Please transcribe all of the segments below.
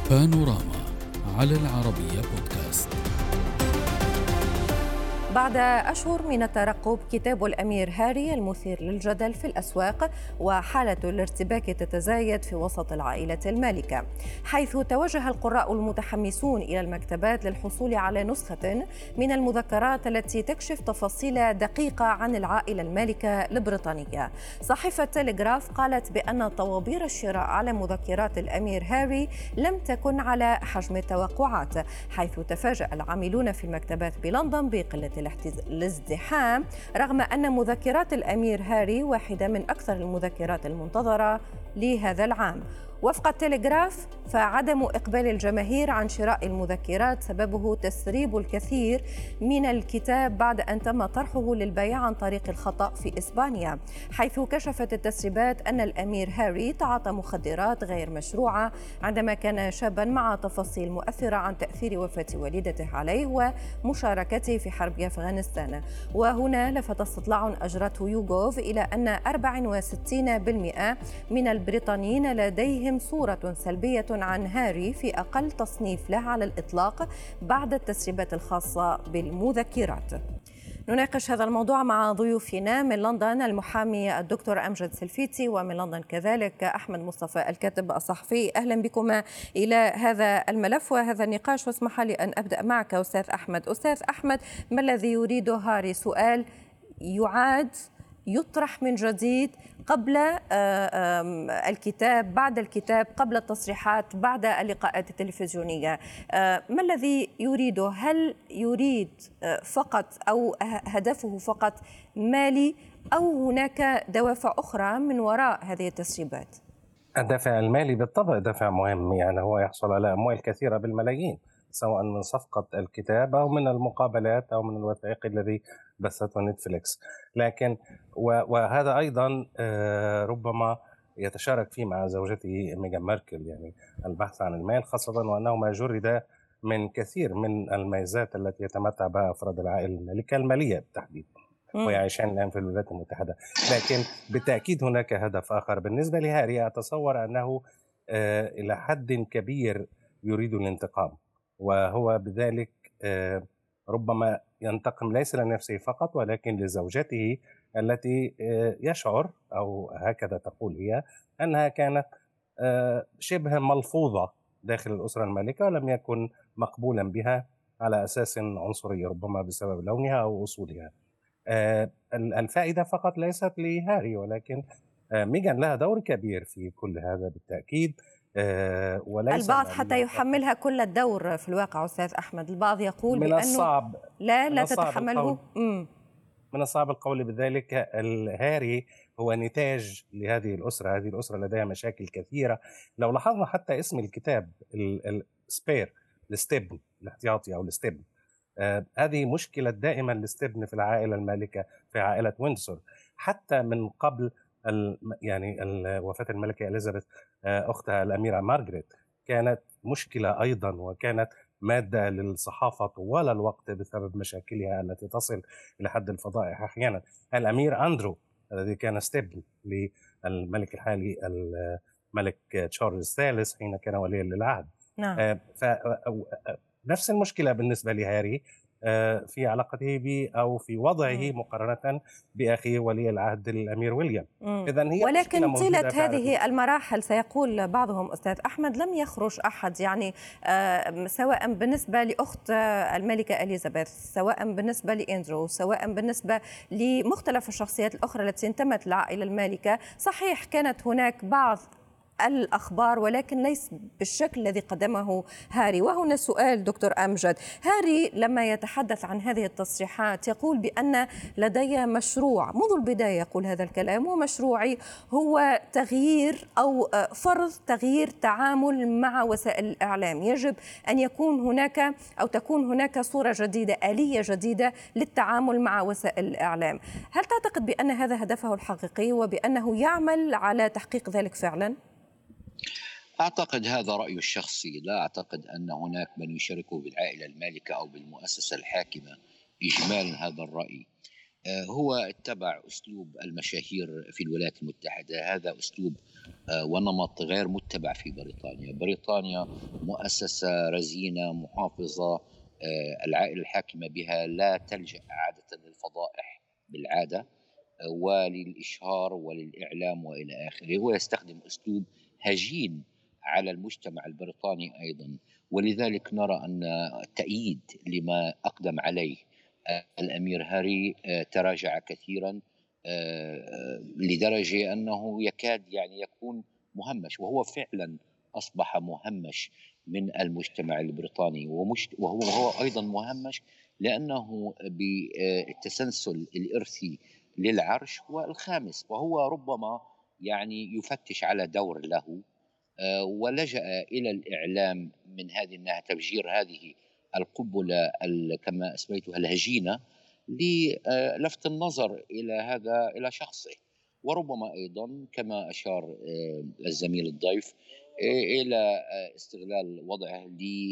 بانوراما على العربية بودكاست. بعد أشهر من الترقب، كتاب الأمير هاري المثير للجدل في الأسواق، وحالة الارتباك تتزايد في وسط العائلة المالكة، حيث توجه القراء المتحمسون إلى المكتبات للحصول على نسخة من المذكرات التي تكشف تفاصيل دقيقة عن العائلة المالكة البريطانية. صحيفة تيليغراف قالت بأن طوابير الشراء على مذكرات الأمير هاري لم تكن على حجم التوقعات، حيث تفاجأ العاملون في المكتبات بلندن بقلة الازدحام، رغم أن مذكرات الأمير هاري واحدة من أكثر المذكرات المنتظرة لهذا العام. وفق التلغراف، فعدم إقبال الجماهير عن شراء المذكرات سببه تسريب الكثير من الكتاب بعد أن تم طرحه للبيع عن طريق الخطأ في إسبانيا، حيث كشفت التسريبات أن الأمير هاري تعاطى مخدرات غير مشروعة عندما كان شابا، مع تفاصيل مؤثرة عن تأثير وفاة والدته عليه ومشاركته في حرب أفغانستان. وهنا لفت استطلاع أجرته يوغوف إلى أن 64% من البريطانيين لديهم صورة سلبية عن هاري في أقل تصنيف له على الإطلاق بعد التسريبات الخاصة بالمذكرات. نناقش هذا الموضوع مع ضيوفنا من لندن المحامي الدكتور أمجد سلفيتي، ومن لندن كذلك أحمد مصطفى الكاتب الصحفي. أهلا بكم إلى هذا الملف وهذا النقاش. واسمح لي أن أبدأ معك أستاذ أحمد. أستاذ أحمد، ما الذي يريده هاري؟ سؤال يعاد يطرح من جديد قبل الكتاب، بعد الكتاب، قبل التصريحات، بعد اللقاءات التلفزيونية. ما الذي يريده؟ هل يريد فقط أو هدفه فقط مالي، أو هناك دوافع أخرى من وراء هذه التسريبات؟ الدافع المالي بالطبع دافع مهم، يعني هو يحصل على أموال كثيرة بالملايين، سواء من صفقة الكتاب أو من المقابلات أو من الوثائق الذي بثته نتفليكس. لكن وهذا أيضا ربما يتشارك فيه مع زوجته ميغان ماركل، يعني البحث عن المال، خاصة وأنهما جرد من كثير من الميزات التي يتمتع بها أفراد العائلة المالكة المالية بالتحديد، ويعيشان الآن في الولايات المتحدة. لكن بالتأكيد هناك هدف آخر بالنسبة لهاري. أتصور أنه إلى حد كبير يريد الانتقام، وهو بذلك ربما ينتقم ليس لنفسه فقط ولكن لزوجته التي يشعر، أو هكذا تقول هي، أنها كانت شبه ملفوظة داخل الأسرة المالكة ولم يكن مقبولا بها على أساس عنصري، ربما بسبب لونها أو أصولها. الفائدة فقط ليست لهاري، ولكن ميغان لها دور كبير في كل هذا بالتأكيد. وليس البعض حتى يحملها كل الدور في الواقع أستاذ أحمد. البعض يقول من بأنه الصعب لا تتحمله. من الصعب القول بذلك. هاري هو نتاج لهذه الأسرة. هذه الأسرة لديها مشاكل كثيرة. لو لاحظنا حتى اسم الكتاب السبير، الستبن الاحتياطي أو الستبن، هذه مشكلة دائما الاستبن في العائلة المالكة، في عائلة ويندسور، حتى من قبل وفاة الملكة إليزابيث أختها الأميرة مارغريت كانت مشكلة أيضا، وكانت مادة للصحافة طوال الوقت بسبب مشاكلها التي تصل إلى حد الفضائح أحيانا. الأمير أندرو الذي كان ستبن للملك الحالي الملك تشارلز الثالث حين كان وليا للعهد. نعم. نفس المشكلة بالنسبة لهاري في علاقته به أو في وضعه مقارنة بأخيه ولي العهد الأمير ويليام. إذن هي ولكن طيلة هذه المراحل سيقول بعضهم أستاذ أحمد لم يخرج أحد، يعني سواء بالنسبة لأخت الملكة إليزابيث، سواء بالنسبة لإندرو، سواء بالنسبة لمختلف الشخصيات الأخرى التي انتمت للعائلة المالكة. صحيح كانت هناك بعض الأخبار ولكن ليس بالشكل الذي قدمه هاري. وهنا سؤال دكتور أمجد، هاري لما يتحدث عن هذه التصريحات يقول بأن لدي مشروع، منذ البداية يقول هذا الكلام، ومشروعي هو تغيير أو فرض تغيير تعامل مع وسائل الإعلام. يجب أن يكون هناك أو تكون هناك صورة جديدة، آلية جديدة للتعامل مع وسائل الإعلام. هل تعتقد بأن هذا هدفه الحقيقي وبأنه يعمل على تحقيق ذلك فعلا؟ أعتقد هذا رأيي الشخصي. لا أعتقد أن هناك من يشاركه بالعائلة المالكة أو بالمؤسسة الحاكمة إجمالا هذا الرأي. هو اتبع أسلوب المشاهير في الولايات المتحدة. هذا أسلوب ونمط غير متبع في بريطانيا. بريطانيا مؤسسة رزينة محافظة، العائلة الحاكمة بها لا تلجأ عادة للفضائح بالعادة، وللإشهار وللإعلام وإلى آخره. هو يستخدم أسلوب هجين على المجتمع البريطاني أيضا، ولذلك نرى أن التأييد لما أقدم عليه الأمير هاري تراجع كثيرا، لدرجة أنه يكاد يعني يكون مهمش، وهو فعلا أصبح مهمش من المجتمع البريطاني. وهو أيضا مهمش لأنه بالتسلسل الإرثي للعرش هو الخامس، وهو ربما يعني يفتش على دور له، ولجأ إلى الإعلام من هذه الناحية، تفجير هذه القنبلة كما أسميتها الهجينة، للفت النظر إلى هذا، إلى شخصه. وربما أيضا كما أشار الزميل الضيف إلى استغلال وضعه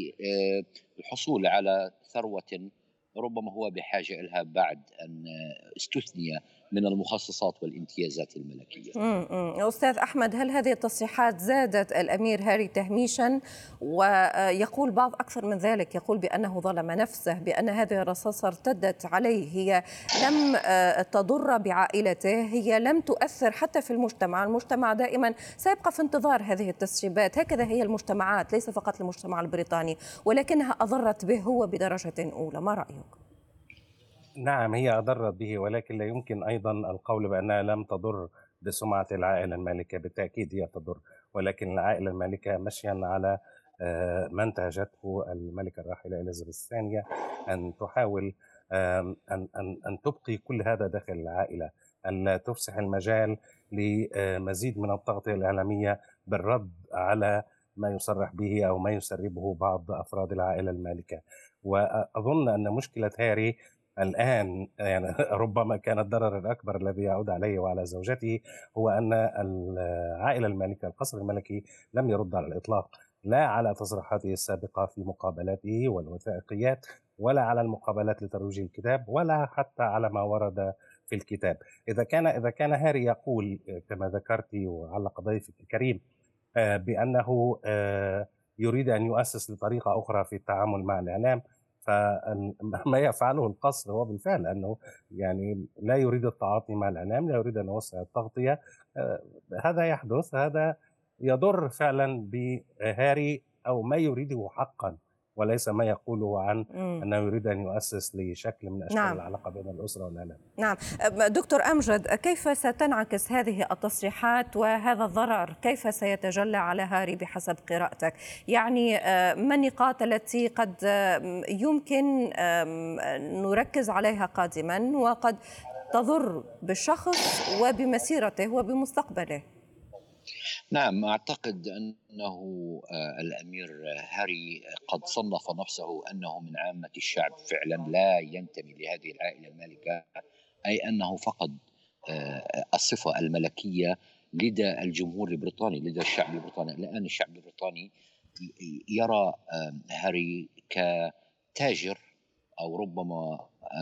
للحصول على ثروة ربما هو بحاجة لها بعد أن استثني من المخصصات والامتيازات الملكية. أستاذ أحمد، هل هذه التصريحات زادت الأمير هاري تهميشا؟ ويقول بعض أكثر من ذلك، يقول بأنه ظلم نفسه، بأن هذه الرصاصة ارتدت عليه، هي لم تضر بعائلته، هي لم تؤثر حتى في المجتمع دائما سيبقى في انتظار هذه التسريبات. هكذا هي المجتمعات، ليس فقط المجتمع البريطاني، ولكنها أضرت به هو بدرجة أولى. ما رأيك؟ نعم، هي أضرت به، ولكن لا يمكن أيضا القول بأنها لم تضر بسمعة العائلة المالكة. بالتأكيد هي تضر، ولكن العائلة المالكة مشيا على ما انتهجته الملكة الراحلة إليزابيث الثانية، أن تحاول أن تبقي كل هذا داخل العائلة، أن لا تفسح المجال لمزيد من التغطية الإعلامية بالرد على ما يصرح به أو ما يسربه بعض أفراد العائلة المالكة. وأظن أن مشكلة هاري الآن يعني ربما كان الضرر الأكبر الذي يعود عليه وعلى زوجته هو أن العائلة المالكة، القصر الملكي، لم يرد على الإطلاق، لا على تصريحاته السابقة في مقابلاته والوثائقيات، ولا على المقابلات لترويج الكتاب، ولا حتى على ما ورد في الكتاب. إذا كان هاري يقول كما ذكرت وعلق ضيفك الكريم بأنه يريد أن يؤسس لطريقة أخرى في التعامل مع الإعلام، فما يفعله القصر هو بالفعل أنه يعني لا يريد التعاطي مع الإعلام، لا يريد أن يوسع التغطية. هذا يحدث، هذا يضر فعلا بهاري أو ما يريده حقا، وليس ما يقوله عن أنه يريد أن يؤسس لشكل من أشكال العلاقة بين الأسرة والإعلام. نعم. دكتور أمجد، كيف ستنعكس هذه التصريحات وهذا الضرر، كيف سيتجلى على هاري بحسب قراءتك؟ يعني ما النقاط التي قد يمكن نركز عليها قادما وقد تضر بالشخص وبمسيرته وبمستقبله؟ نعم، أعتقد أنه الأمير هاري قد صنف نفسه أنه من عامة الشعب، فعلا لا ينتمي لهذه العائلة المالكة، أي أنه فقد الصفة الملكية لدى الجمهور البريطاني، لدى الشعب البريطاني. الآن الشعب البريطاني يرى هاري كتاجر أو ربما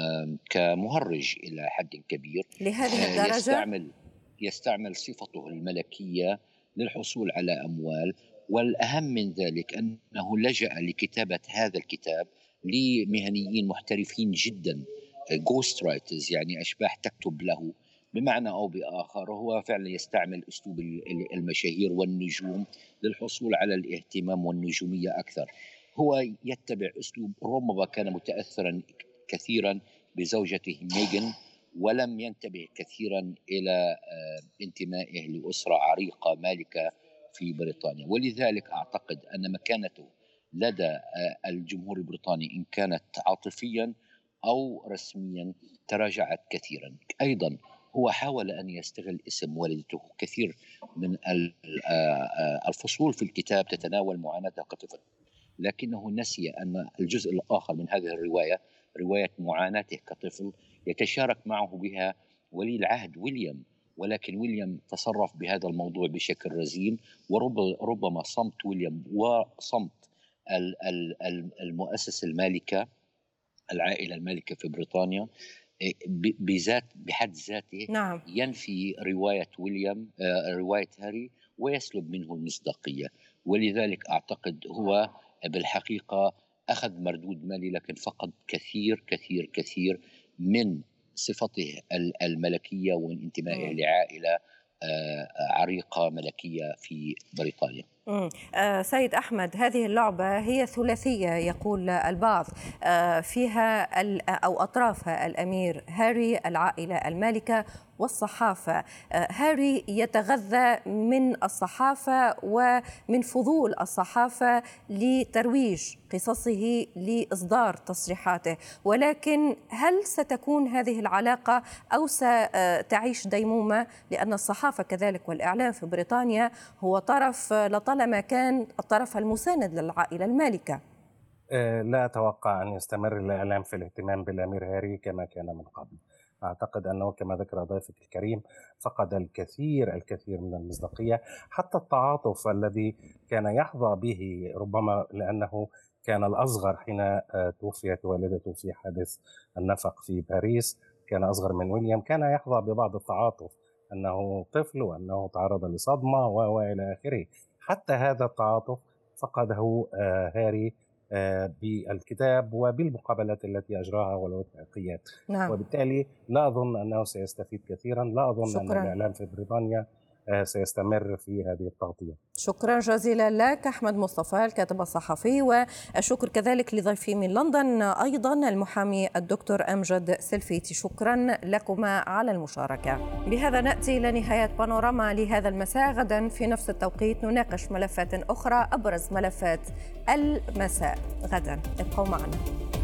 كمهرج إلى حد كبير، لهذه الدرجة يستعمل صفته الملكية للحصول على أموال. والأهم من ذلك أنه لجأ لكتابة هذا الكتاب لمهنيين محترفين جدا، غوست رايترز، يعني أشباح تكتب له بمعنى أو بآخر. هو فعلا يستعمل أسلوب المشاهير والنجوم للحصول على الاهتمام والنجومية أكثر. هو يتبع أسلوب ربما كان متأثرا كثيرا بزوجته ميغان، ولم ينتبه كثيرا إلى انتمائه لأسرة عريقة مالكة في بريطانيا. ولذلك أعتقد أن مكانته لدى الجمهور البريطاني إن كانت عاطفيا أو رسميا تراجعت كثيرا. أيضا هو حاول أن يستغل اسم والدته. كثير من الفصول في الكتاب تتناول معاناته كطفل، لكنه نسي أن الجزء الآخر من هذه الرواية، رواية معاناته كطفل، يتشارك معه بها ولي العهد ويليام، ولكن ويليام تصرف بهذا الموضوع بشكل رزين. وربما صمت ويليام وصمت المؤسسة المالكة، العائلة المالكة في بريطانيا، بحد ذاته نعم. ينفي رواية ويليام، رواية هاري، ويسلب منه المصداقية. ولذلك أعتقد هو بالحقيقة أخذ مردود مالي، لكن فقد كثير كثير كثير من صفته الملكية ومن انتمائه لعائلة عريقة ملكية في بريطانيا. سيد أحمد، هذه اللعبة هي ثلاثية يقول البعض، فيها أو أطرافها الأمير هاري، العائلة المالكة، والصحافة. هاري يتغذى من الصحافة ومن فضول الصحافة لترويج قصصه، لإصدار تصريحاته، ولكن هل ستكون هذه العلاقة أو ستعيش ديمومة؟ لأن الصحافة كذلك والإعلام في بريطانيا هو طرف لطالما كان الطرف المساند للعائلة المالكة. لا أتوقع أن يستمر الإعلام في الاهتمام بالأمير هاري كما كان من قبل. أعتقد أنه كما ذكر ضيفك الكريم فقد الكثير من المصداقية، حتى التعاطف الذي كان يحظى به، ربما لأنه كان الأصغر حين توفيت والدته في حادث النفق في باريس، كان أصغر من ويليام، كان يحظى ببعض التعاطف أنه طفل وأنه تعرض لصدمة وإلى آخره. حتى هذا التعاطف فقده هاري بالكتاب وبالمقابلات التي أجراها والوثائقيات. نعم. وبالتالي لا أظن أنه سيستفيد كثيرا، لا أظن شكرا. أن الإعلام في بريطانيا سيستمر في هذه التغطية. شكرا جزيلا لك أحمد مصطفى الكاتب الصحفي، والشكر كذلك لضيفي من لندن أيضا المحامي الدكتور أمجد سلفيتي. شكرا لكما على المشاركة. بهذا نأتي إلى نهاية بانوراما لهذا المساء. غدا في نفس التوقيت نناقش ملفات أخرى، أبرز ملفات المساء غدا. ابقوا معنا.